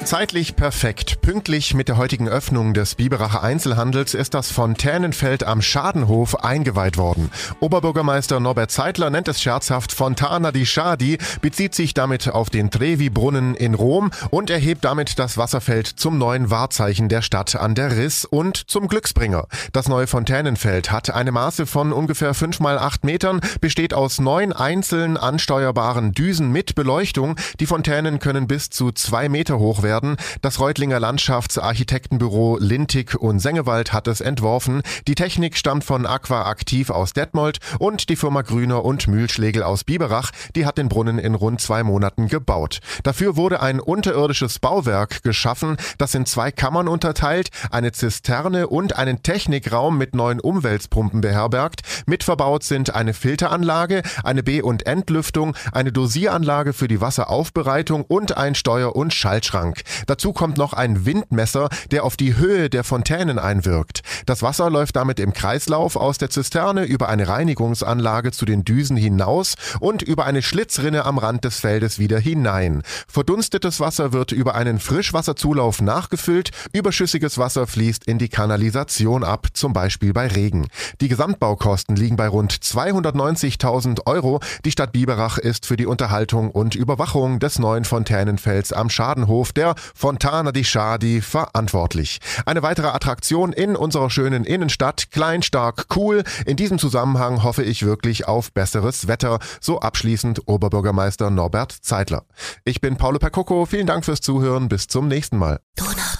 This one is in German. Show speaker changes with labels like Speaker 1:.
Speaker 1: Zeitlich perfekt. Pünktlich mit der heutigen Öffnung des Biberacher Einzelhandels ist das Fontänenfeld am Schadenhof eingeweiht worden. Oberbürgermeister Norbert Zeitler nennt es scherzhaft Fontana di Sciadi, bezieht sich damit auf den Trevi-Brunnen in Rom und erhebt damit das Wasserfeld zum neuen Wahrzeichen der Stadt an der Riß und zum Glücksbringer. Das neue Fontänenfeld hat eine Maße von ungefähr 5 mal 8 Metern, besteht aus 9 einzeln ansteuerbaren Düsen mit Beleuchtung. Die Fontänen können bis zu 2 Meter hoch werden. Das Reutlinger Landschaftsarchitektenbüro Lintig und Sengewald hat es entworfen. Die Technik stammt von Aqua Aktiv aus Detmold und die Firma Grüner und Mühlschlegel aus Biberach, die hat den Brunnen in rund 2 Monaten gebaut. Dafür wurde ein unterirdisches Bauwerk geschaffen, das in 2 Kammern unterteilt, eine Zisterne und einen Technikraum mit 9 Umwälzpumpen beherbergt. Mit verbaut sind eine Filteranlage, eine B- und Entlüftung, eine Dosieranlage für die Wasseraufbereitung und ein Steuer- und Schaltschrank. Dazu kommt noch ein Windmesser, der auf die Höhe der Fontänen einwirkt. Das Wasser läuft damit im Kreislauf aus der Zisterne über eine Reinigungsanlage zu den Düsen hinaus und über eine Schlitzrinne am Rand des Feldes wieder hinein. Verdunstetes Wasser wird über einen Frischwasserzulauf nachgefüllt, überschüssiges Wasser fließt in die Kanalisation ab, zum Beispiel bei Regen. Die Gesamtbaukosten liegen bei rund 290.000 Euro. Die Stadt Biberach ist für die Unterhaltung und Überwachung des neuen Fontänenfelds am Schadenhof, der Fontana di Sciadi, verantwortlich. Eine weitere Attraktion in unserer schönen Innenstadt, klein, stark, cool. In diesem Zusammenhang hoffe ich wirklich auf besseres Wetter, so abschließend Oberbürgermeister Norbert Zeitler. Ich bin Paolo Percocco, vielen Dank fürs Zuhören, bis zum nächsten Mal.